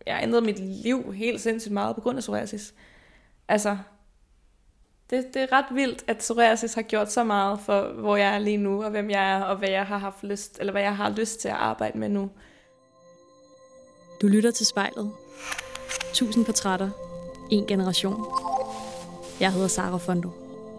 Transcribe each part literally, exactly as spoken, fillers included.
jeg har ændret mit liv helt sindssygt meget på grund af psoriasis. Altså, det, det er ret vildt, at psoriasis har gjort så meget for, hvor jeg er lige nu, og hvem jeg er, og hvad jeg har haft lyst, eller hvad jeg har lyst til at arbejde med nu. Du lytter til Spejlet. Tusind portrætter. En generation. Jeg hedder Sara Fondo.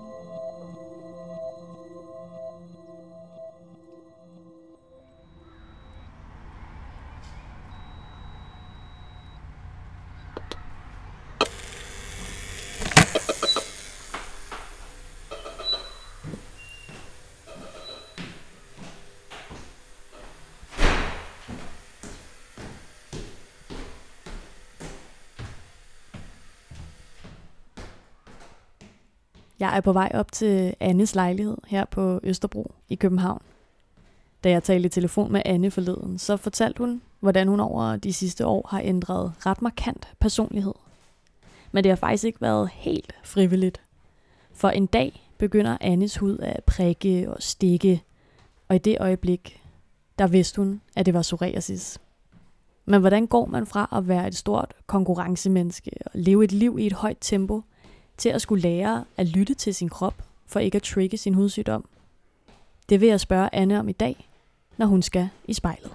Jeg er på vej op til Annes lejlighed her på Østerbro i København. Da jeg talte i telefon med Anne forleden, så fortalte hun, hvordan hun over de sidste år har ændret ret markant personlighed. Men det har faktisk ikke været helt frivilligt. For en dag begynder Annes hud at prikke og stikke, og i det øjeblik, der vidste hun, at det var psoriasis. Men hvordan går man fra at være et stort konkurrencemenneske og leve et liv i et højt tempo, til at skulle lære at lytte til sin krop, for ikke at trigge sin hudsygdom? Det vil jeg spørge Anne om i dag, når hun skal i spejlet.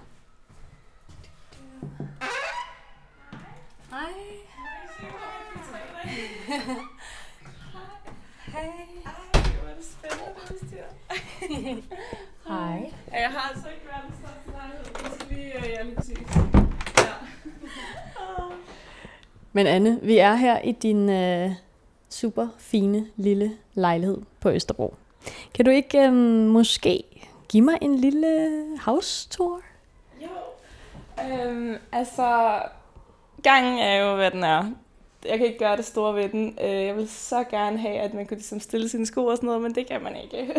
Hej. Hej. Hvor er det spændende, udstyr. Hej. Jeg har altså ikke verdens største lejlighed. Så lige, ja, lige præcis. Ja. Men Anne, vi er her i din øh, super fine lille lejlighed på Østerbro. Kan du ikke øh, måske give mig en lille house tour? Jo. Øhm, altså, gangen er jo, hvad den er. Jeg kan ikke gøre det store ved den. Jeg vil så gerne have, at man kunne ligesom stille sine sko og sådan noget, men det kan man ikke.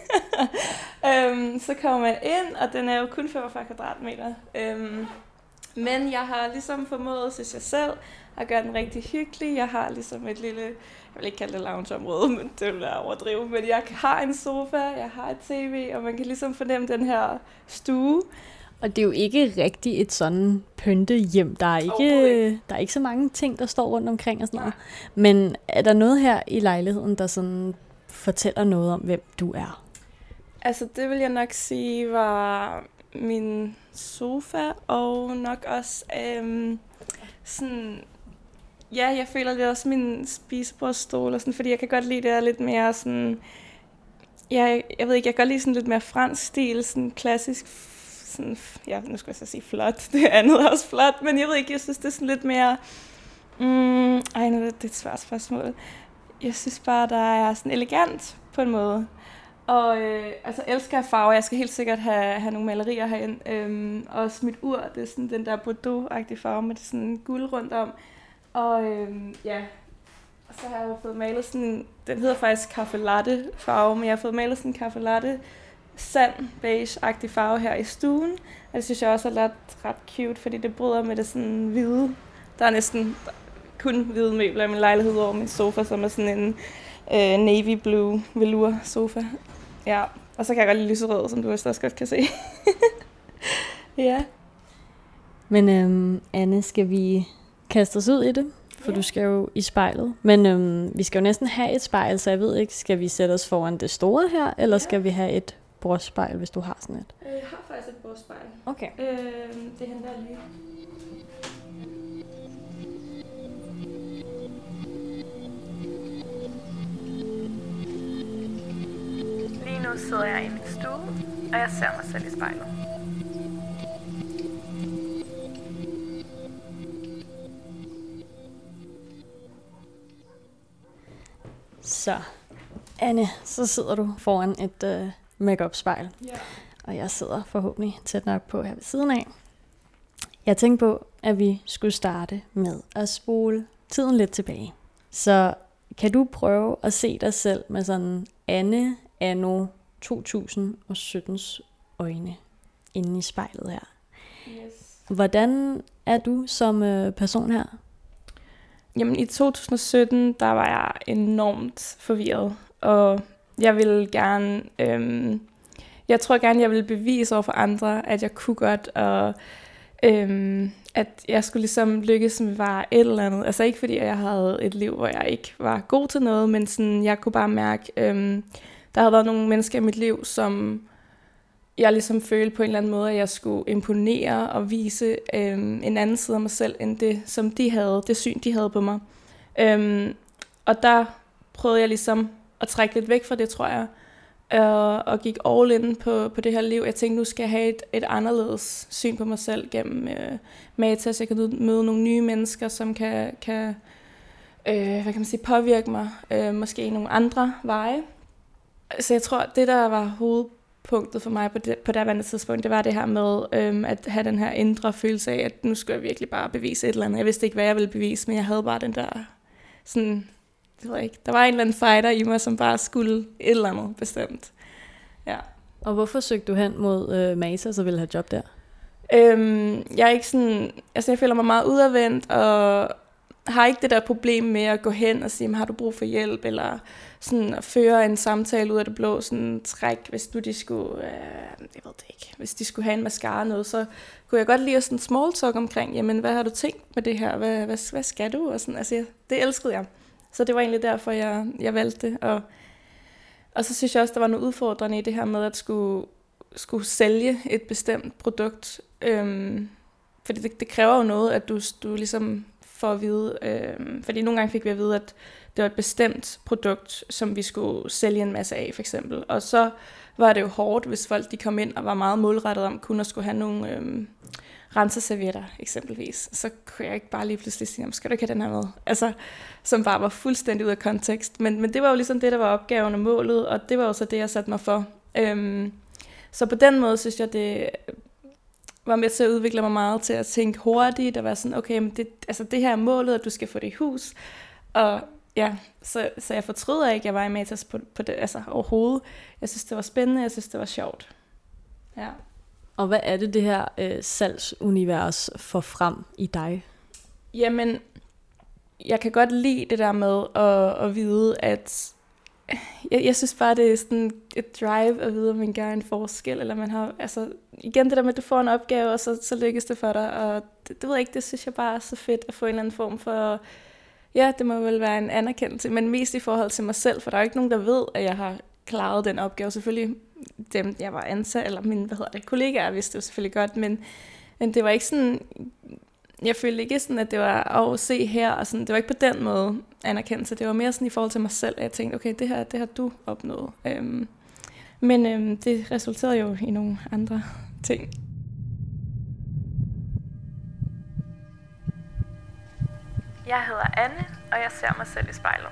øhm, så kommer man ind, og den er jo kun femogfyrre kvadratmeter. Øhm, men jeg har ligesom formået, synes jeg selv, at gøre den rigtig hyggelig. Jeg har ligesom et lille, jeg vil ikke kalde det loungeområde, men det vil være overdrive, men jeg har en sofa, jeg har et tv, og man kan ligesom fornemme den her stue. Og det er jo ikke rigtig et sådan pyntehjem. Der er ikke, der er ikke så mange ting, der står rundt omkring og sådan noget. Men er der noget her i lejligheden, der sådan fortæller noget om, hvem du er? Altså, det vil jeg nok sige var min sofa, og nok også øhm, sådan, ja, jeg føler det er også min spisebordstol, og sådan, fordi jeg kan godt lide det er lidt mere sådan, ja, jeg ved ikke, jeg kan godt lide sådan lidt mere fransk stil, sådan klassisk, sådan, ja, nu skal jeg så sige flot, det andet er også flot, men jeg ved ikke, jeg synes, det er sådan lidt mere, mm, ej, nu er det et svært spørgsmål. Jeg synes bare, der er sådan elegant på en måde. Og øh, altså elsker jeg farver. Jeg skal helt sikkert have, have nogle malerier herinde. Øhm, også mit ur, det er sådan den der Bordeaux-agtige farve med det sådan guld rundt om. Og øhm, ja, og så har jeg jo fået malet sådan, den hedder faktisk kaffe latte farve, men jeg har fået malet sådan en kaffe latte sand beige-agtig farve her i stuen. Og det synes jeg også er ret, ret cute, fordi det bryder med det sådan hvide. Der er næsten kun hvide møbler i min lejlighed over min sofa, som er sådan en øh, navy blue velour sofa. Ja, og så kan jeg godt lide lyserød, som du også godt kan se. Ja. Men øhm, Anne, skal vi kaste os ud i det? For ja. Du skal jo i spejlet. Men øhm, vi skal jo næsten have et spejl, så jeg ved ikke, skal vi sætte os foran det store her, eller ja. Skal vi have et bordspejl, hvis du har sådan et? Jeg har faktisk et bordspejl. Okay. Øh, det henter jeg lige. Lige nu sidder jeg i min stue, og jeg ser mig selv i spejlet. Så, Anne, så sidder du foran et øh, make-up-spejl. Ja. Og jeg sidder forhåbentlig tæt nok på her ved siden af. Jeg tænkte på, at vi skulle starte med at spole tiden lidt tilbage. Så kan du prøve at se dig selv med sådan Anne anno to tusind syttens øjne inde i spejlet her? Yes. Hvordan er du som øh, person her? Jamen i to tusind sytten, der var jeg enormt forvirret, og jeg ville gerne, øhm, jeg tror gerne, jeg ville bevise over for andre, at jeg kunne godt, og øhm, at jeg skulle ligesom lykkes med bare et eller andet. Altså ikke fordi jeg havde et liv, hvor jeg ikke var god til noget, men sådan, jeg kunne bare mærke, øhm, der havde været nogle mennesker i mit liv, som jeg ligesom følte på en eller anden måde, at jeg skulle imponere og vise øhm, en anden side af mig selv, end det, som de havde, det syn, de havde på mig. Øhm, og der prøvede jeg ligesom at trække lidt væk fra det, tror jeg, og, og gik all in på, på det her liv. Jeg tænkte, nu skal jeg have et, et anderledes syn på mig selv gennem øh, Matas. Jeg kan møde nogle nye mennesker, som kan, kan øh, hvad kan man sige, påvirke mig, øh, måske i nogle andre veje. Så jeg tror, det der var hovedpunktet for mig på det, på det andet tidspunkt, det var det her med øh, at have den her indre følelse af, at nu skulle jeg virkelig bare bevise et eller andet. Jeg vidste ikke, hvad jeg ville bevise, men jeg havde bare den der sådan... Det ved jeg ikke. Der var en eller anden fighter i mig, som bare skulle et eller andet bestemt. Ja. Og hvorfor søgte du hen mod øh, Matas og ville have job der? Øhm, jeg er ikke sådan... Altså, jeg føler mig meget udadvendt, og har ikke det der problem med at gå hen og sige, har du brug for hjælp, eller sådan at føre en samtale ud af det blå, sådan træk, hvis du de skulle... Øh, jeg ved det ikke. Hvis de skulle have en mascara noget, så kunne jeg godt lide at sådan small talk omkring, jamen, hvad har du tænkt med det her? Hvad, hvad, hvad skal du? Og sådan, altså, jeg, det elskede jeg. Så det var egentlig derfor, jeg, jeg valgte det. Og, og så synes jeg også, der var noget udfordrende i det her med at skulle, skulle sælge et bestemt produkt. Øhm, fordi det, det kræver jo noget, at du, du ligesom får at vide. Øhm, fordi nogle gange fik vi at vide, at det var et bestemt produkt, som vi skulle sælge en masse af, for eksempel. Og så var det jo hårdt, hvis folk de kom ind og var meget målrettet om kun at skulle have nogle... Øhm, renseservietter eksempelvis, så kunne jeg ikke bare lige pludselig sige, skal du ikke have den her med? Altså, som bare var fuldstændig ud af kontekst. Men, men det var jo ligesom det, der var opgaven og målet, og det var jo så det, jeg satte mig for. Øhm, så på den måde, synes jeg, det var med til at udvikle mig meget til at tænke hurtigt, og være sådan, okay, men det, altså, det her er målet, at du skal få det i hus. Og ja, så, så jeg fortryder ikke, at jeg var i Matas på, på det, altså overhovedet. Jeg synes, det var spændende, jeg synes, det var sjovt. Ja. Og hvad er det, det her øh, salgsunivers får frem i dig? Jamen, jeg kan godt lide det der med at, at vide, at jeg, jeg synes bare, det er sådan et drive at vide, at man gør en forskel, eller man har, altså igen det der med, at du får en opgave, og så, så lykkes det for dig, og det, det ved jeg ikke, det synes jeg bare er så fedt at få en eller anden form for, ja, det må vel være en anerkendelse, men mest i forhold til mig selv, for der er jo ikke nogen, der ved, at jeg har klaret den opgave. Selvfølgelig dem, jeg var ansat, eller mine, hvad hedder det, kollegaer vidste det jo selvfølgelig godt, men, men det var ikke sådan, jeg følte ikke sådan, at det var at se her, og sådan, det var ikke på den måde anerkendelse, det var mere sådan i forhold til mig selv, at jeg tænkte, okay, det her, det har du opnået. Øhm, men øhm, det resulterede jo i nogle andre ting. Jeg hedder Anne, og jeg ser mig selv i spejlet.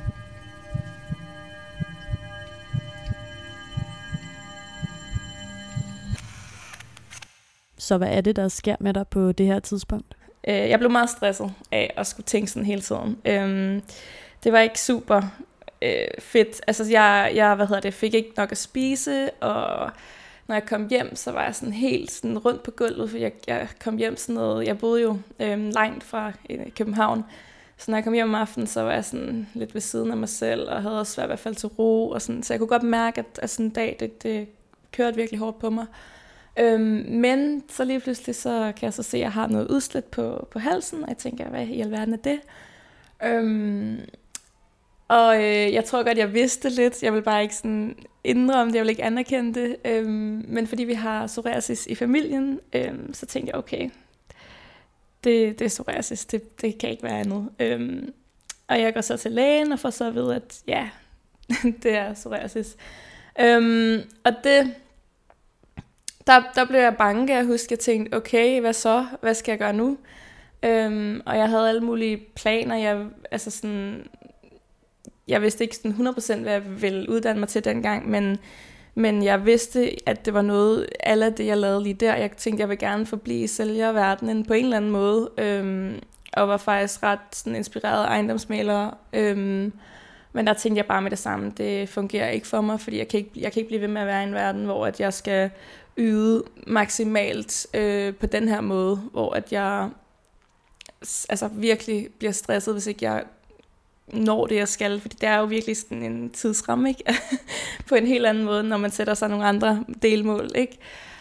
Så hvad er det, der sker med dig på det her tidspunkt? Jeg blev meget stresset af at skulle tænke sådan hele tiden. Det var ikke super fedt. Altså jeg, jeg hvad hedder det, fik ikke nok at spise, og når jeg kom hjem, så var jeg sådan helt sådan rundt på gulvet, for jeg, jeg kom hjem sådan noget, jeg boede jo øhm, langt fra øh, København, så når jeg kom hjem om aftenen, så var jeg sådan lidt ved siden af mig selv, og havde også svært i hvert fald til ro, og sådan, så jeg kunne godt mærke, at, at sådan en dag, det, det kørte virkelig hårdt på mig. Øhm, men så lige pludselig, så kan jeg så se, at jeg har noget udslæt på, på halsen, og jeg tænker, hvad i alverden er det? Øhm, og øh, jeg tror godt, jeg vidste lidt, jeg vil bare ikke sådan indrømme det, jeg vil ikke anerkende det, øhm, men fordi vi har psoriasis i familien, øhm, så tænkte jeg, okay, det, det er psoriasis, det, det kan ikke være andet. Øhm, og jeg går så til lægen og får så at vide, at ja, det er psoriasis. Øhm, og det... Der, der blev jeg bange, kan jeg huske. Jeg tænkte, okay, hvad så? Hvad skal jeg gøre nu? Øhm, og jeg havde alle mulige planer. Jeg, altså sådan, jeg vidste ikke sådan hundrede procent, hvad jeg ville uddanne mig til dengang, men, men jeg vidste, at det var noget, alle det, jeg lavede lige der. Jeg tænkte, jeg vil gerne forblive i sælgerverdenen på en eller anden måde, øhm, og var faktisk ret sådan, inspireret af ejendomsmælere. Øhm, men der tænkte jeg bare med det samme, det fungerer ikke for mig, fordi jeg kan ikke, jeg kan ikke blive ved med at være i en verden, hvor at jeg skal yde maksimalt øh, på den her måde, hvor at jeg altså virkelig bliver stresset, hvis ikke jeg når det, jeg skal, fordi det er jo virkelig sådan en tidsramme, ikke? På en helt anden måde, når man sætter sig nogle andre delmål, ikke?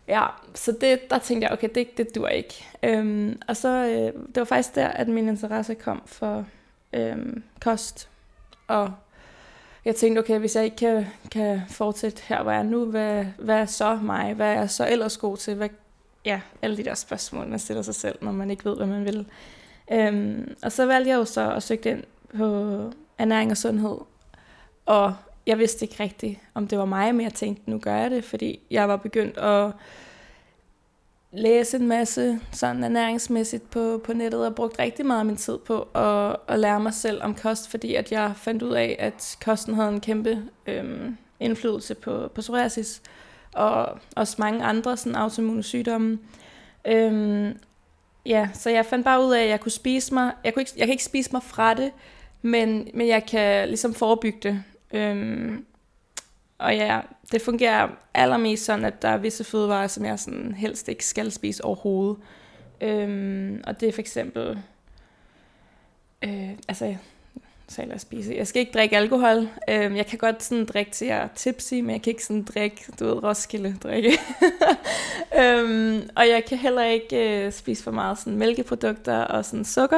Ja, så det, der tænkte jeg, okay, det, det dur ikke. Øhm, og så, øh, det var faktisk der, at min interesse kom for øhm, kost. Og jeg tænkte, okay, hvis jeg ikke kan, kan fortsætte her, hvor jeg er nu, hvad, hvad er så mig? Hvad er jeg så ellers god til? Hvad, ja, alle de der spørgsmål, man stiller sig selv, når man ikke ved, hvad man vil. Øhm, og så valgte jeg jo så at søge ind på ernæring og sundhed. Og jeg vidste ikke rigtigt, om det var mig, men jeg tænkte, nu gør jeg det, fordi jeg var begyndt at læse en masse sådan ernæringsmæssigt på, på nettet, og brugt rigtig meget af min tid på at, at lære mig selv om kost, fordi at jeg fandt ud af, at kosten havde en kæmpe øhm, indflydelse på, på psoriasis, og også mange andre sådan autoimmune sygdomme. Øhm, ja, så jeg fandt bare ud af, at jeg kunne spise mig, jeg, kunne ikke, jeg kan ikke spise mig fra det, men, men jeg kan ligesom forebygge det. Øhm, og ja, det fungerer allermest sådan, at der er visse fødevarer, som jeg sådan helst ikke skal spise overhovedet. Øhm, og det er for eksempel, øh, altså, så jeg spise. Jeg skal ikke drikke alkohol. Øhm, jeg kan godt sådan drikke til jeg er tipsy, men jeg kan ikke sådan drikke, du ved, Roskilde drikke. øhm, og jeg kan heller ikke øh, spise for meget sådan mælkeprodukter og sådan sukker.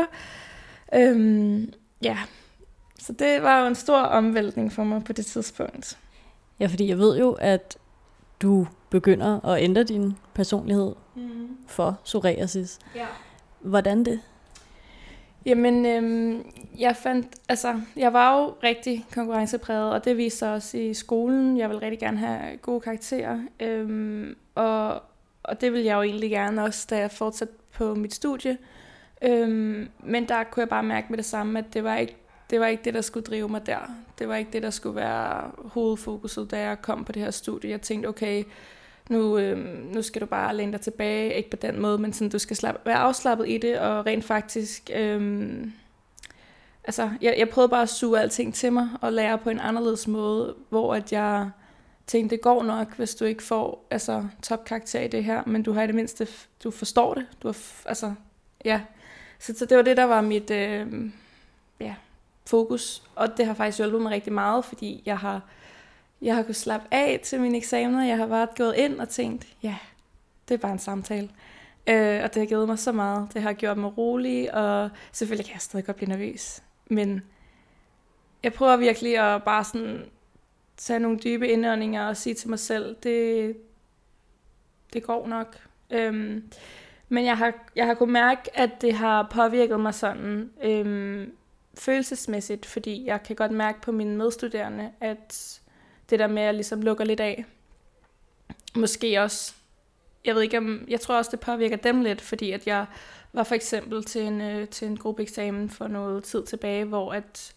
Øhm, ja, så det var jo en stor omvæltning for mig på det tidspunkt. Ja, fordi jeg ved jo, at du begynder at ændre din personlighed mm. for psoriasis. Ja. Hvordan det? Jamen, øhm, jeg fandt, altså, jeg var jo rigtig konkurrencepræget, og det viste sig også i skolen. Jeg ville rigtig gerne have gode karakterer, øhm, og, og det ville jeg jo egentlig gerne også, da jeg fortsatte på mit studie. Øhm, men der kunne jeg bare mærke med det samme, at det var ikke Det var ikke det, der skulle drive mig der. Det var ikke det, der skulle være hovedfokuset, da jeg kom på det her studie. Jeg tænkte, okay, nu, øh, nu skal du bare læne dig tilbage. Ikke på den måde, men sådan, du skal slappe, være afslappet i det, og rent faktisk... Øh, altså, jeg, jeg prøvede bare at suge alting til mig, og lære på en anderledes måde, hvor at jeg tænkte, det går nok, hvis du ikke får altså, topkarakter i det her, men du har i det mindste, du forstår det. Du har, altså, ja. Så, så det var det, der var mit... Øh, ja... fokus, og det har faktisk hjulpet mig rigtig meget, fordi jeg har, jeg har kunnet slappe af til mine eksamener. Jeg har bare gået ind og tænkt, ja, det er bare en samtale. Øh, og det har givet mig så meget. Det har gjort mig rolig, og selvfølgelig kan jeg stadig godt blive nervøs. Men jeg prøver virkelig at bare sådan tage nogle dybe indåndinger og sige til mig selv, det, det går nok. Øhm, men jeg har, jeg har kunnet mærke, at det har påvirket mig sådan... Øhm, følelsesmæssigt, fordi jeg kan godt mærke på mine medstuderende, at det der med, at jeg ligesom lukker lidt af, måske også, jeg ved ikke om, jeg tror også, det påvirker dem lidt, fordi at jeg var for eksempel til en, øh, til en gruppeeksamen for noget tid tilbage, hvor at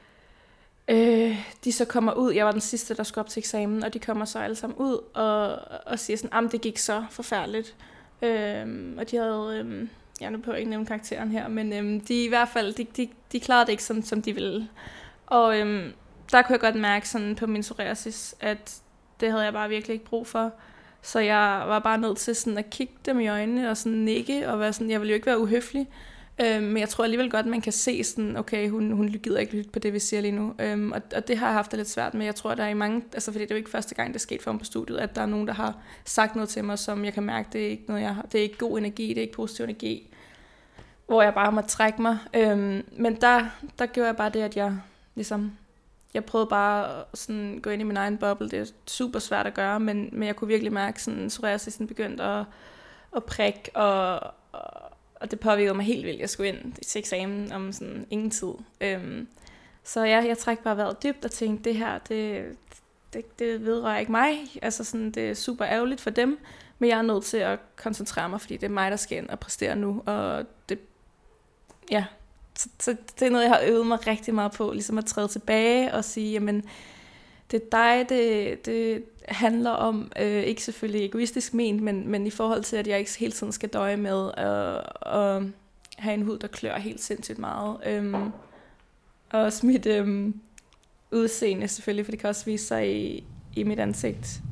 øh, de så kommer ud, jeg var den sidste, der skulle op til eksamen, og de kommer så alle sammen ud og, og siger sådan, am det gik så forfærdeligt. Øh, og de havde... Øh, Jeg nu prøver ikke nævne karakteren her, men øhm, de i hvert fald, de, de, de klarede det ikke sådan, som de ville. Og øhm, der kunne jeg godt mærke sådan på min psoriasis, at det havde jeg bare virkelig ikke brug for. Så jeg var bare nødt til sådan at kigge dem i øjnene og sådan nikke, og være sådan, jeg ville jo ikke være uhøflig. Øhm, men jeg tror alligevel godt, man kan se sådan, okay, hun, hun gider ikke lytte på det, vi siger lige nu. Øhm, og, og det har jeg haft det lidt svært med. Jeg tror, der er i mange, altså fordi det er jo ikke første gang, det skete for mig på studiet, at der er nogen, der har sagt noget til mig, som jeg kan mærke, det er ikke noget, jeg har. Det er ikke god energi, det er ikke positiv energi, hvor jeg bare må trække mig. Øhm, men der, der gjorde jeg bare det, at jeg ligesom, jeg prøvede bare at sådan gå ind i min egen boble. Det er super svært at gøre, men, men jeg kunne virkelig mærke, sådan psoriasisen begyndte at, at prikke, og, og, og det påvirkede mig helt vildt. Jeg skulle ind til eksamen om sådan ingen tid. Øhm, så ja, jeg træk bare vejret dybt og tænkte, det her, det, det, det vedrører ikke mig. Altså sådan, det er super ærgerligt for dem, men jeg er nødt til at koncentrere mig, fordi det er mig, der skal ind og præstere nu, og det ja, så, så det er noget, jeg har øvet mig rigtig meget på, ligesom at træde tilbage og sige, jamen, det er dig, det, det handler om, øh, ikke selvfølgelig egoistisk ment, men, men i forhold til, at jeg ikke hele tiden skal døje med at, at have en hud, der klør helt sindssygt meget. Øhm, og også mit øhm, udseende selvfølgelig, for det kan også vise sig i, i mit ansigt.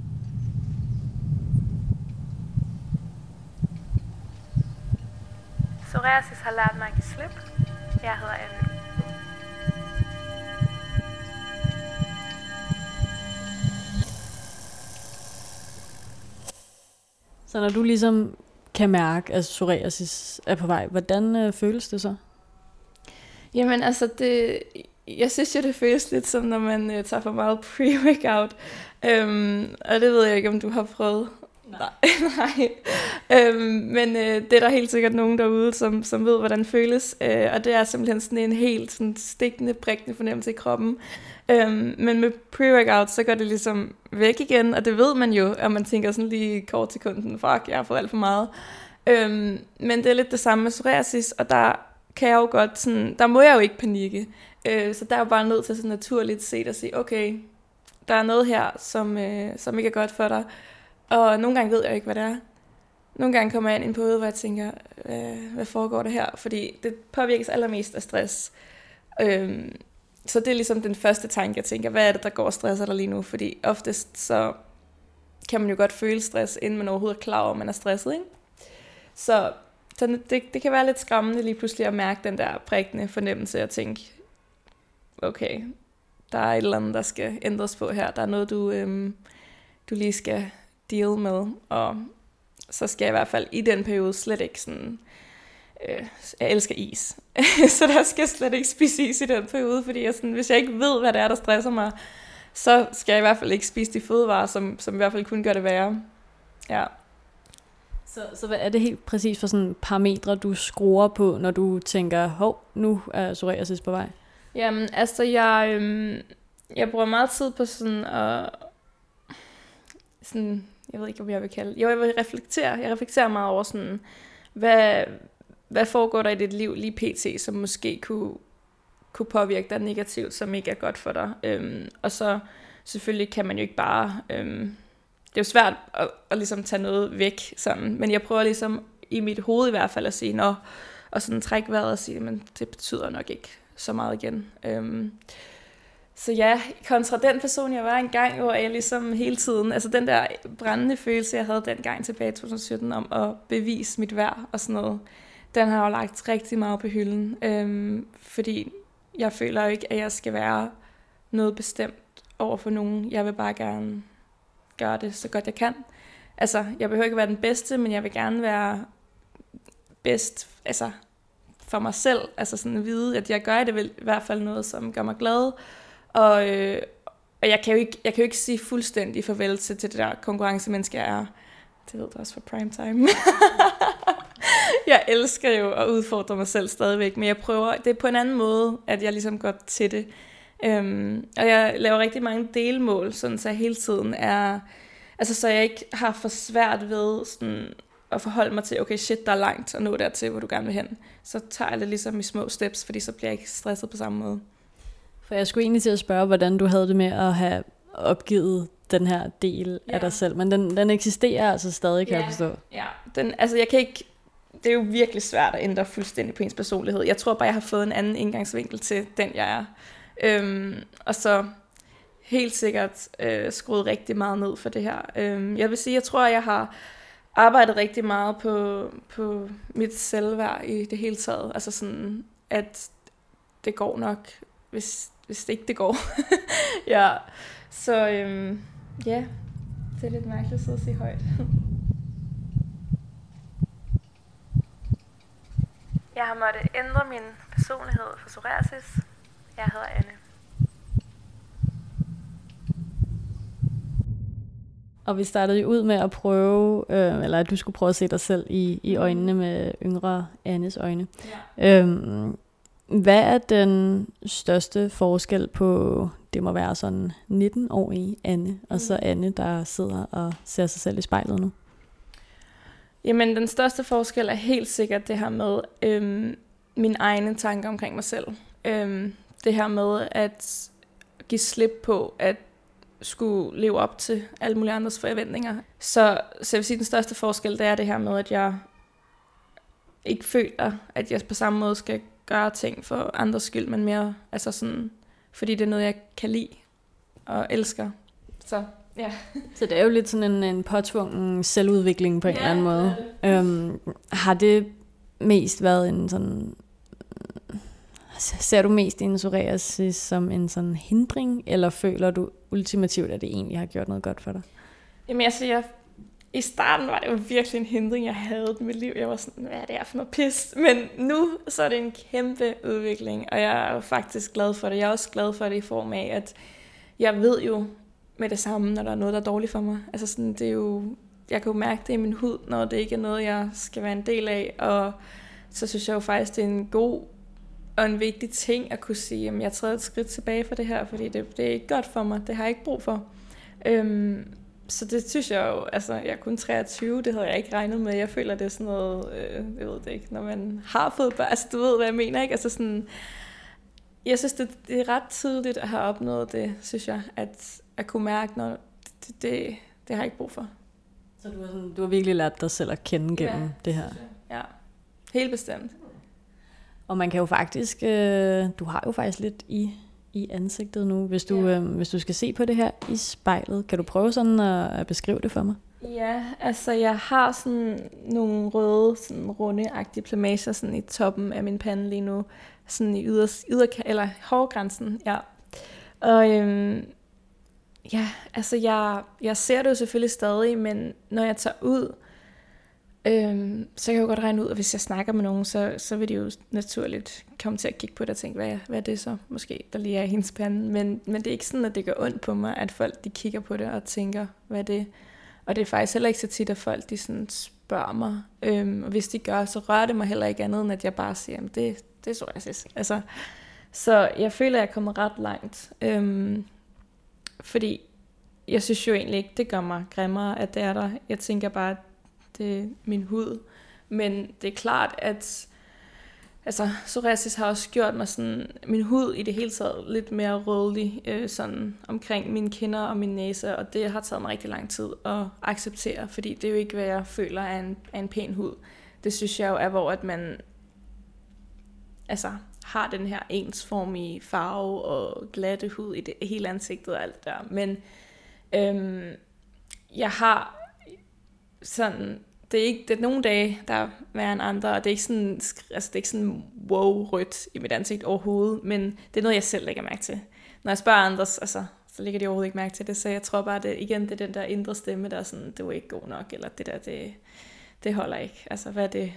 Psoriasis har lært mig at give slip. Jeg hedder Anne. Så når du ligesom kan mærke, at psoriasis er på vej, hvordan øh, føles det så? Jamen altså, det, jeg synes jo, det føles lidt som, når man øh, tager for meget pre-workout. Øhm, og det ved jeg ikke, om du har prøvet. Nej. Nej. Øhm, men øh, det er der helt sikkert nogen derude, som, som ved, hvordan det føles. Øh, og det er simpelthen sådan en helt sådan stikkende, prikkende fornemmelse i kroppen. Øhm, men med pre-workout, så går det ligesom væk igen, og det ved man jo, og man tænker sådan lige kort sekunden, fuck, jeg har fået alt for meget. Øhm, men det er lidt det samme med psoriasis, og der kan jeg jo godt sådan, der må jeg jo ikke panikke. Øh, så der er jo bare nødt til sådan naturligt set at sige, okay, der er noget her, som, øh, som ikke er godt for dig. Og nogle gange ved jeg ikke, hvad det er. Nogle gange kommer jeg ind i en periode, hvor jeg tænker, hvad, hvad foregår der her? Fordi det påvirkes allermest af stress. Øhm, så det er ligesom den første tanke, jeg tænker, hvad er det, der går og stresser dig lige nu? Fordi oftest så kan man jo godt føle stress, inden man overhovedet er klar over, at man er stresset, ikke? Så, så det, det kan være lidt skræmmende lige pludselig at mærke den der prikkende fornemmelse og tænke, okay, der er et eller andet, der skal ændres på her. Der er noget, du, øhm, du lige skal deal med, og så skal jeg i hvert fald i den periode slet ikke sådan, øh, jeg elsker is, så der skal jeg slet ikke spise is i den periode, fordi jeg sådan, hvis jeg ikke ved, hvad det er, der stresser mig, så skal jeg i hvert fald ikke spise de fødevarer, som, som i hvert fald kun gør det værre. Ja. Så, så hvad er det helt præcis for sådan parametre, du skruer på, når du tænker, hov, nu er psoriasis på vej? Jamen, altså, jeg, øhm, jeg bruger meget tid på sådan at, sådan, jeg ved ikke, hvad jeg vil kalde Jo, jeg vil reflektere. Jeg reflekterer meget over sådan, hvad, hvad foregår der i dit liv lige pt, som måske kunne, kunne påvirke dig negativt, som ikke er godt for dig. Øhm, og så selvfølgelig kan man jo ikke bare, øhm, det er jo svært at, at ligesom tage noget væk sådan, men jeg prøver ligesom i mit hoved i hvert fald at sige, nå, og sådan trække vejret og sige, men det betyder nok ikke så meget igen. Øhm, Så ja, kontra den person, jeg var engang, hvor jeg ligesom hele tiden, altså den der brændende følelse, jeg havde dengang tilbage i to tusind sytten, om at bevise mit værd og sådan noget, den har jeg jo lagt rigtig meget på hylden. Øhm, fordi jeg føler jo ikke, at jeg skal være noget bestemt over for nogen. Jeg vil bare gerne gøre det så godt jeg kan. Altså, jeg behøver ikke være den bedste, men jeg vil gerne være bedst, altså for mig selv. Altså sådan at vide, at jeg gør det vel i hvert fald noget, som gør mig glad. Og, øh, og jeg kan jo ikke, jeg kan jo ikke sige fuldstændig farvel til, til det der konkurrencemenneske, jeg er. Det ved du også fra primetime. Jeg elsker jo at udfordre mig selv stadigvæk, men jeg prøver, det er på en anden måde, at jeg ligesom går til det. Øhm, og jeg laver rigtig mange delmål, sådan så jeg hele tiden er, altså så jeg ikke har for svært ved sådan at forholde mig til, okay shit, der er langt at nå dertil, hvor du gerne vil hen. Så tager jeg det ligesom i små steps, fordi så bliver jeg ikke stresset på samme måde. For jeg skulle egentlig til at spørge, hvordan du havde det med at have opgivet den her del ja. af dig selv, men den, den eksisterer altså stadig, kan ja. jeg forstå. Ja, den, altså jeg kan ikke, det er jo virkelig svært at ændre fuldstændig på ens personlighed. Jeg tror bare, jeg har fået en anden indgangsvinkel til den, jeg er. Øhm, og så helt sikkert øh, skruet rigtig meget ned for det her. Øhm, jeg vil sige, jeg tror, jeg har arbejdet rigtig meget på, på mit selvværd i det hele taget. Altså sådan, at det går nok, hvis, hvis det ikke det går. Ja, så øhm, ja, det er lidt mærkeligt at sidde og sige højt. Jeg har måttet ændre min personlighed for psoriasis. Jeg hedder Anne. Og vi startede jo ud med at prøve, øh, eller at du skulle prøve at se dig selv i, i øjnene med yngre Annes øjne. Ja. Øhm, hvad er den største forskel på, det må være sådan nitten-årige Anne, og så Anne, der sidder og ser sig selv i spejlet nu? Jamen, den største forskel er helt sikkert det her med øhm, mine egne tanker omkring mig selv. Øhm, det her med at give slip på, at skulle leve op til alle mulige andres forventninger. Så, så jeg vil sige, at den største forskel, det er det her med, at jeg ikke føler, at jeg på samme måde skal gøre ting for andres skyld, men mere, altså sådan, fordi det er noget, jeg kan lide og elsker. Så, ja. Så det er jo lidt sådan en, en påtvungen selvudvikling på en ja, eller anden måde. Øhm, har det mest været en sådan... Ser du mest din psoriasis som en sådan hindring, eller føler du ultimativt, at det egentlig har gjort noget godt for dig? Jamen altså, jeg, i starten var det jo virkelig en hindring, jeg havde i mit liv. Jeg var sådan, hvad er det her for noget pis? Men nu så er det en kæmpe udvikling, og jeg er jo faktisk glad for det. Jeg er også glad for det i form af, at jeg ved jo med det samme, når der er noget, der er dårligt for mig. Altså sådan, det er jo, jeg kan jo mærke det i min hud, når det ikke er noget, jeg skal være en del af, og så synes jeg jo faktisk, det er en god og en vigtig ting at kunne sige, at jeg træder et skridt tilbage for det her, fordi det, det er ikke godt for mig, det har jeg ikke brug for. Øhm, så det synes jeg jo, altså jeg er kun treogtyve, det havde jeg ikke regnet med. Jeg føler, det er sådan noget, øh, jeg ved det ikke, når man har fået børn, altså du ved, hvad jeg mener, ikke? Altså sådan, jeg synes, det, det er ret tidligt at have opnået det, synes jeg, at, at kunne mærke, når det, det, det har jeg ikke brug for. Så du har, sådan, du har virkelig lært dig selv at kende gennem ja, det her? Ja, helt bestemt. Og man kan jo faktisk, øh, du har jo faktisk lidt i, i ansigtet nu, hvis du, ja. øh, hvis du skal se på det her i spejlet. Kan du prøve sådan at, at beskrive det for mig? Ja, altså jeg har sådan nogle røde, sådan runde-agtige plamager sådan i toppen af min pande lige nu. Sådan i yder, yder eller hårgrænsen, ja. Og øhm, ja, altså jeg, jeg ser det jo selvfølgelig stadig, men når jeg tager ud, øhm, så kan jeg jo godt regne ud, at hvis jeg snakker med nogen, så, så vil de jo naturligt komme til at kigge på det og tænke, hvad, hvad er det så måske, der lige er i hendes pande. Men, men det er ikke sådan, at det gør ondt på mig, at folk de kigger på det og tænker, hvad er det. Og det er faktisk heller ikke så tit, at folk de sådan spørger mig. Øhm, og hvis de gør, så rører det mig heller ikke andet, end at jeg bare siger, at det, det er psoriasis. Altså, så jeg føler, at jeg er kommet ret langt. Øhm, fordi jeg synes jo egentlig ikke, det gør mig grimmere, at det er der. Jeg tænker bare, at det er min hud. Men det er klart, at altså, psoriasis har også gjort mig sådan, min hud i det hele taget lidt mere rødlig, øh, sådan omkring mine kinder og min næse, og det har taget mig rigtig lang tid at acceptere, fordi det er jo ikke, hvad jeg føler er en, er en pæn hud. Det synes jeg jo er, hvor at man altså, har den her ensformige farve og glatte hud i det hele ansigtet og alt det der. Men øhm, jeg har sådan, det er ikke, det er nogle dage, der er værre end andre, og det er ikke sådan, altså det er ikke sådan wow rødt i mit ansigt overhovedet, men det er noget, jeg selv lægger mærke til. Når jeg spørger andre, altså, så lægger de overhovedet ikke mærke til det, så jeg tror bare, det igen, det er den der indre stemme, der er sådan, det var ikke god nok, eller det der, det, det holder ikke. Altså, hvad er det?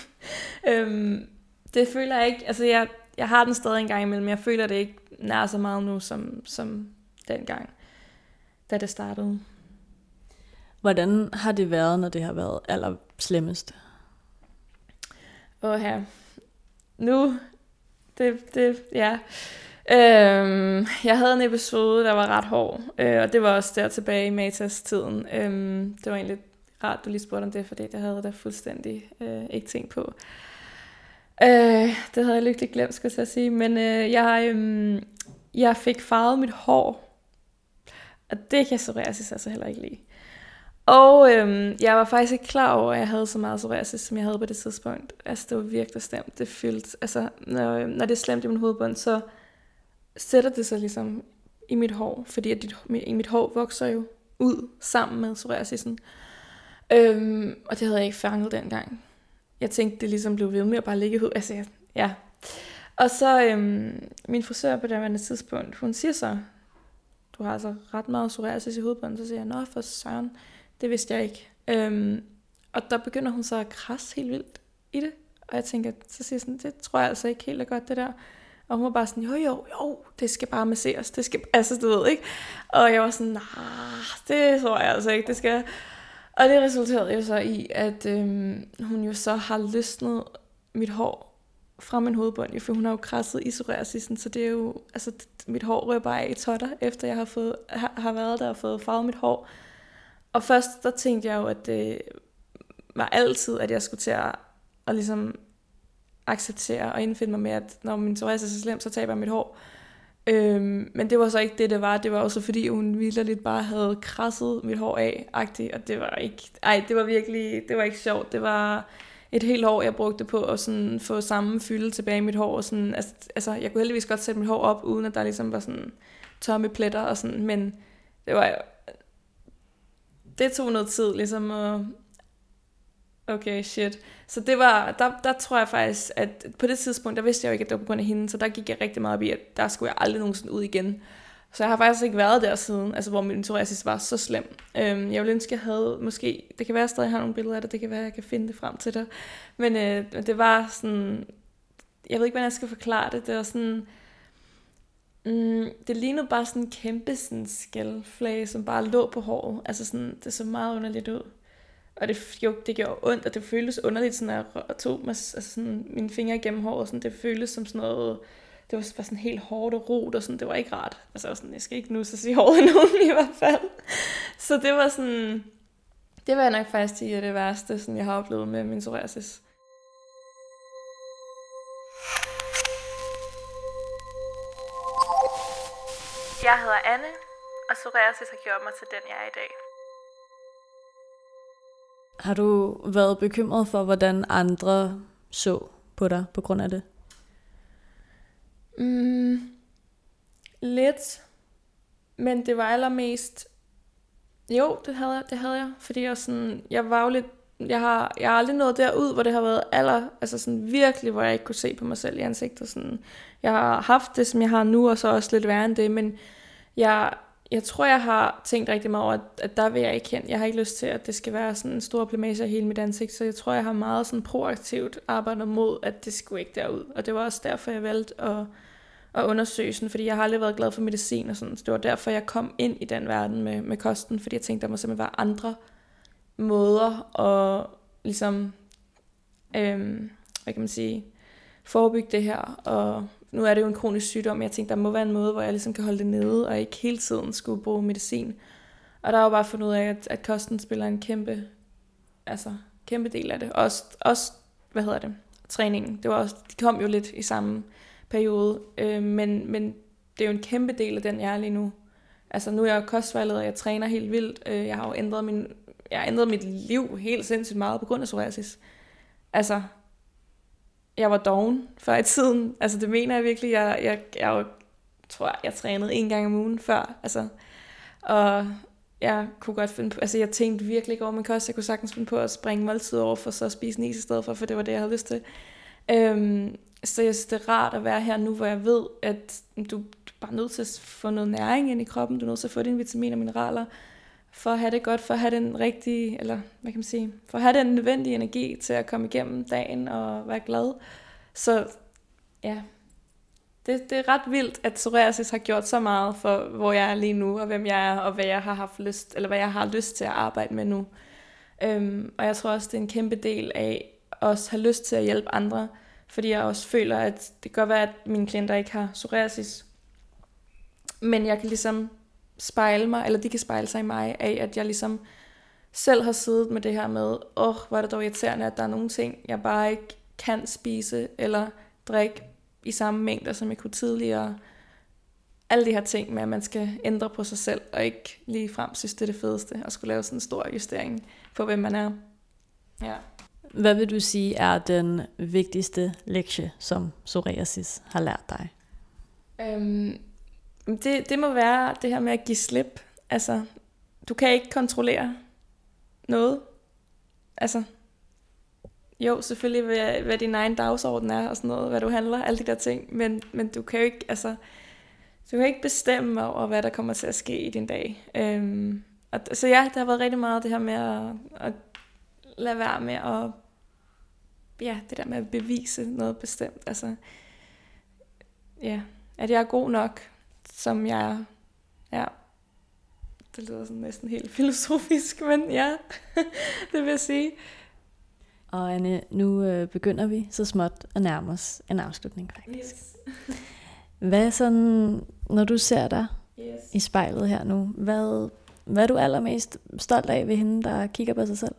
øhm, det føler jeg ikke, altså jeg, jeg har den stadig en gang imellem, men jeg føler det ikke nær så meget nu, som, som dengang, da det startede. Hvordan har det været, når det har været allerslemmest? Åh her. Nu, det, det, ja. Øhm, jeg havde en episode, der var ret hård, øh, og det var også der tilbage i Matas-tiden. Øhm, det var egentlig rart, du lige spurgte om det, for det havde jeg da fuldstændig øh, ikke tænkt på. Øh, det havde jeg lykkeligt glemt, skal jeg sige. Men øh, jeg, øh, jeg fik farvet mit hår, og det kan psoriasis altså heller ikke lide. Og øhm, jeg var faktisk ikke klar over, at jeg havde så meget psoriasis, som jeg havde på det tidspunkt. Altså, det var virkelig slemt. Det fyldte, altså, når, når det er slemt i min hovedbund, så sætter det sig ligesom i mit hår, fordi at dit, mit, mit hår vokser jo ud sammen med psoriasisen. Øhm, og det havde jeg ikke fanget dengang. Jeg tænkte, det ligesom blev ved med at bare ligge i hud. Altså, jeg, ja. Og så øhm, min frisør på det andet tidspunkt, hun siger så, du har altså ret meget psoriasis i hovedbunden. Så siger jeg, nå for søren, det vidste jeg ikke. Øhm, og der begynder hun så at krasse helt vildt i det. Og jeg tænker, så siger jeg sådan, det tror jeg altså ikke helt er godt, det der. Og hun var bare sådan, jo jo, jo, det skal bare masseres. Det skal, altså du ved ikke. Og jeg var sådan, nej, det tror jeg altså ikke, det skal. Og det resulterede jo så i, at øhm, hun jo så har løsnet mit hår fra min hovedbund, for hun har jo krasset i psoriasisen, så det er jo, altså mit hår rører bare af i totter, efter jeg har, fået, har, har været der og fået farvet mit hår. Og først, der tænkte jeg jo, at det var altid, at jeg skulle til at, at ligesom acceptere og indfinde mig med, at når min psoriasis er så slem, så taber jeg mit hår. Øhm, men det var så ikke det, det var. Det var også fordi, hun vildt bare havde krasset mit hår af-agtigt, og det var ikke, ej, det var virkelig, det var ikke sjovt. Det var et helt år, jeg brugte på at sådan få samme fylde tilbage i mit hår. Og sådan, altså, altså, jeg kunne heldigvis godt sætte mit hår op, uden at der ligesom var sådan tomme pletter og sådan, men det var jo, det tog noget tid ligesom at, okay, shit. Så det var, der, der tror jeg faktisk, at på det tidspunkt, der vidste jeg jo ikke, at det var på grund af hende, så der gik jeg rigtig meget op i, at der skulle jeg aldrig nogensinde ud igen. Så jeg har faktisk ikke været der siden, altså hvor min psoriasis var så slem. Øhm, jeg ville ønske, jeg havde måske, det kan være, at jeg stadig har nogle billeder af det, det kan være, at jeg kan finde det frem til dig. Men øh, det var sådan, jeg ved ikke, hvordan jeg skal forklare det, det var sådan, mm, det lignede bare sådan en kæmpe sådan skældflage, som bare lå på håret. Altså sådan, det så meget underligt ud. Og det, jo, det gjorde ondt, og det føltes underligt, sådan at jeg tog mig, altså sådan, mine fingre igennem håret, sådan, det føltes som sådan noget, det var sådan helt hårdt og rot, og sådan, det var ikke rart. Altså jeg var sådan, jeg skal ikke nu så sige håret nogen i hvert fald. Så det var sådan, det var jeg nok faktisk sige, det værste, sådan, jeg har oplevet med min psoriasis. Jeg hedder Anne, og psoriasis har gjort mig til den, jeg er i dag. Har du været bekymret for, hvordan andre så på dig på grund af det? Mm, lidt. Men det var allermest... Jo, det havde jeg, det havde jeg. Fordi jeg, sådan, jeg var jo lidt... Jeg har, jeg har aldrig nået derud, hvor det har været aller... Altså sådan virkelig, hvor jeg ikke kunne se på mig selv i ansigtet. Sådan, jeg har haft det, som jeg har nu, og så også lidt værre end det. Men jeg... Jeg tror, jeg har tænkt rigtig meget over, at, at der vil jeg ikke hen. Jeg har ikke lyst til, at det skal være sådan en stor plamage af hele mit ansigt, så jeg tror, jeg har meget sådan proaktivt arbejdet mod, at det skulle ikke derud. Og det var også derfor, jeg valgte at, at undersøge sådan, fordi jeg har aldrig været glad for medicin og sådan. Så det var derfor, jeg kom ind i den verden med, med kosten, fordi jeg tænkte, der må simpelthen være andre måder at ligesom, øhm, hvad kan man sige, forebygge det her, og nu er det jo en kronisk sygdom, jeg tænkte, der må være en måde, hvor jeg ligesom kan holde det nede, og ikke hele tiden skulle bruge medicin. Og der er jo bare fundet ud af, at, at kosten spiller en kæmpe, altså kæmpe del af det. Også, også hvad hedder det, træningen. Det var også, de kom jo lidt i samme periode, øh, men, men det er jo en kæmpe del af den, jeg er lige nu. Altså nu er jeg jo kostvejleder, og jeg træner helt vildt. Øh, jeg har jo ændret, min, jeg har ændret mit liv helt sindssygt meget på grund af psoriasis. Altså... Jeg var doven før i tiden. Altså det mener jeg virkelig. Jeg, jeg, jeg, jeg tror, jeg, jeg trænede en gang om ugen før. Altså, og jeg kunne godt finde på... Altså jeg tænkte virkelig ikke over min kost. Jeg kunne sagtens finde på at springe måltid over for så at spise en is i stedet for, for det var det, jeg havde lyst til. Øhm, så jeg synes, det er rart at være her nu, hvor jeg ved, at du, du er bare nødt til at få noget næring ind i kroppen. Du er nødt til at få dine vitaminer og mineraler, for at have det godt, for at have den rigtige, eller hvad kan man sige, for at have den nødvendige energi til at komme igennem dagen og være glad. Så ja, det, det er ret vildt, at psoriasis har gjort så meget for, hvor jeg er lige nu, og hvem jeg er, og hvad jeg har haft lyst, eller hvad jeg har lyst til at arbejde med nu. Øhm, og jeg tror også, det er en kæmpe del af at have lyst til at hjælpe andre, fordi jeg også føler, at det kan godt være, at mine klienter ikke har psoriasis, men jeg kan ligesom spejle mig, eller de kan spejle sig i mig af, at jeg ligesom selv har siddet med det her med, åh, oh, hvor er det dog irriterende, at der er nogle ting, jeg bare ikke kan spise eller drikke i samme mængder, som jeg kunne tidligere. Alle de her ting med, at man skal ændre på sig selv, og ikke lige frem synes, det er det fedeste, og skulle lave sådan en stor justering på, hvem man er. Ja. Hvad vil du sige er den vigtigste lektie, som psoriasis har lært dig? Øhm, det, det må være det her med at give slip. Altså, du kan ikke kontrollere noget. Altså, jo, selvfølgelig, hvad, hvad din egen dagsorden er, og sådan noget, hvad du handler, alle de der ting, men, men du kan jo ikke, altså, du kan ikke bestemme over, hvad der kommer til at ske i din dag. Øhm, og, så ja, det har været rigtig meget det her med at, at lade være med at, ja, det der med at bevise noget bestemt. Altså, ja, at jeg er god nok, som jeg er. Ja, det lyder sådan næsten helt filosofisk, men ja, det vil jeg sige. Og Anne, nu øh, begynder vi så småt at nærme os en afslutning faktisk. Yes. Hvad sådan, når du ser dig Yes. i spejlet her nu, hvad, hvad er du allermest stolt af ved hende, der kigger på sig selv?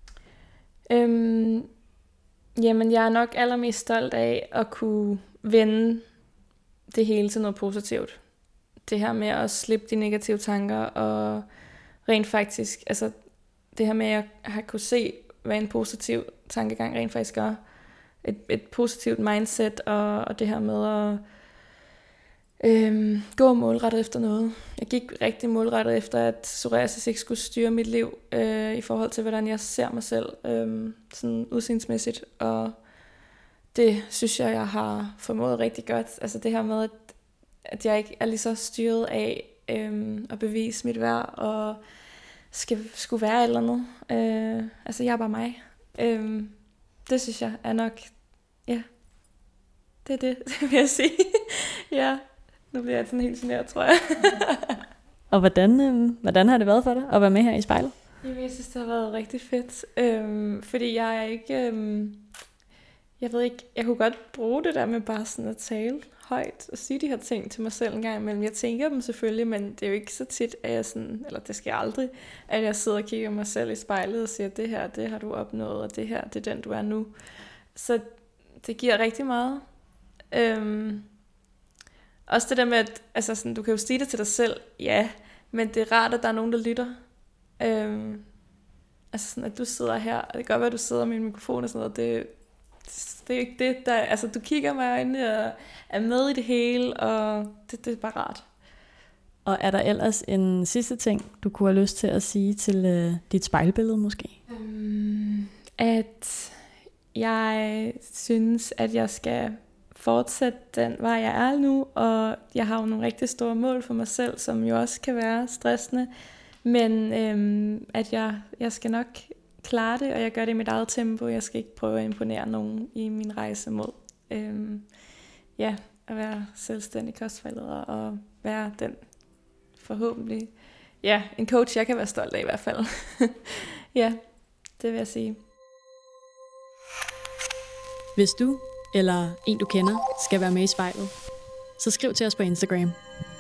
Øhm, jamen, jeg er nok allermest stolt af at kunne vende det hele til noget positivt. Det her med at slippe de negative tanker, og rent faktisk, altså det her med at have kunne se, hvad en positiv tankegang rent faktisk gør. Et, et positivt mindset, og, og det her med at øhm, gå målrettet efter noget. Jeg gik rigtig målrettet efter, at psoriasis ikke skulle styre mit liv, øh, i forhold til, hvordan jeg ser mig selv, øh, sådan udseendsmæssigt, og det synes jeg, jeg har formået rigtig godt. Altså det her med, at, at jeg ikke er lige så styret af øhm, at bevise mit værd, og skal, skulle være et eller andet. Øh, altså, jeg er bare mig. Øh, det synes jeg er nok, ja, det er det, vil jeg sige. Ja, nu bliver jeg sådan helt generet, tror jeg. Og hvordan, øh, hvordan har det været for dig at være med her i spejlet? Jamen, jeg synes, det har været rigtig fedt. Øhm, fordi jeg er ikke... Øhm, jeg ved ikke, jeg kunne godt bruge det der med bare sådan at tale højt og sige de her ting til mig selv en gang imellem. Jeg tænker dem selvfølgelig, men det er jo ikke så tit, at jeg sådan, eller det sker aldrig, at jeg sidder og kigger mig selv i spejlet og siger, det her, det har du opnået, og det her, det er den, du er nu. Så det giver rigtig meget. Øhm, også det der med, at altså sådan, du kan jo sige det til dig selv, ja, men det er rart, at der er nogen, der lytter. Øhm, altså sådan, at du sidder her, og det kan godt være, at du sidder med en mikrofon og sådan noget, det, det er jo ikke det, der, altså du kigger mig i øjnene og er med i det hele, og det, det er bare rart. Og er der ellers en sidste ting, du kunne have lyst til at sige til øh, dit spejlbillede måske? Øhm, at jeg synes, at jeg skal fortsætte den vej, jeg er nu, og jeg har jo nogle rigtig store mål for mig selv, som jo også kan være stressende, men øhm, at jeg, jeg skal nok klare det, og jeg gør det i mit eget tempo. Jeg skal ikke prøve at imponere nogen i min rejse mod øhm, ja, at være selvstændig kostvejleder og være den forhåbentlig, ja, en coach, jeg kan være stolt af i hvert fald. Ja, det vil jeg sige. Hvis du eller en du kender skal være med i spejlet, så skriv til os på Instagram.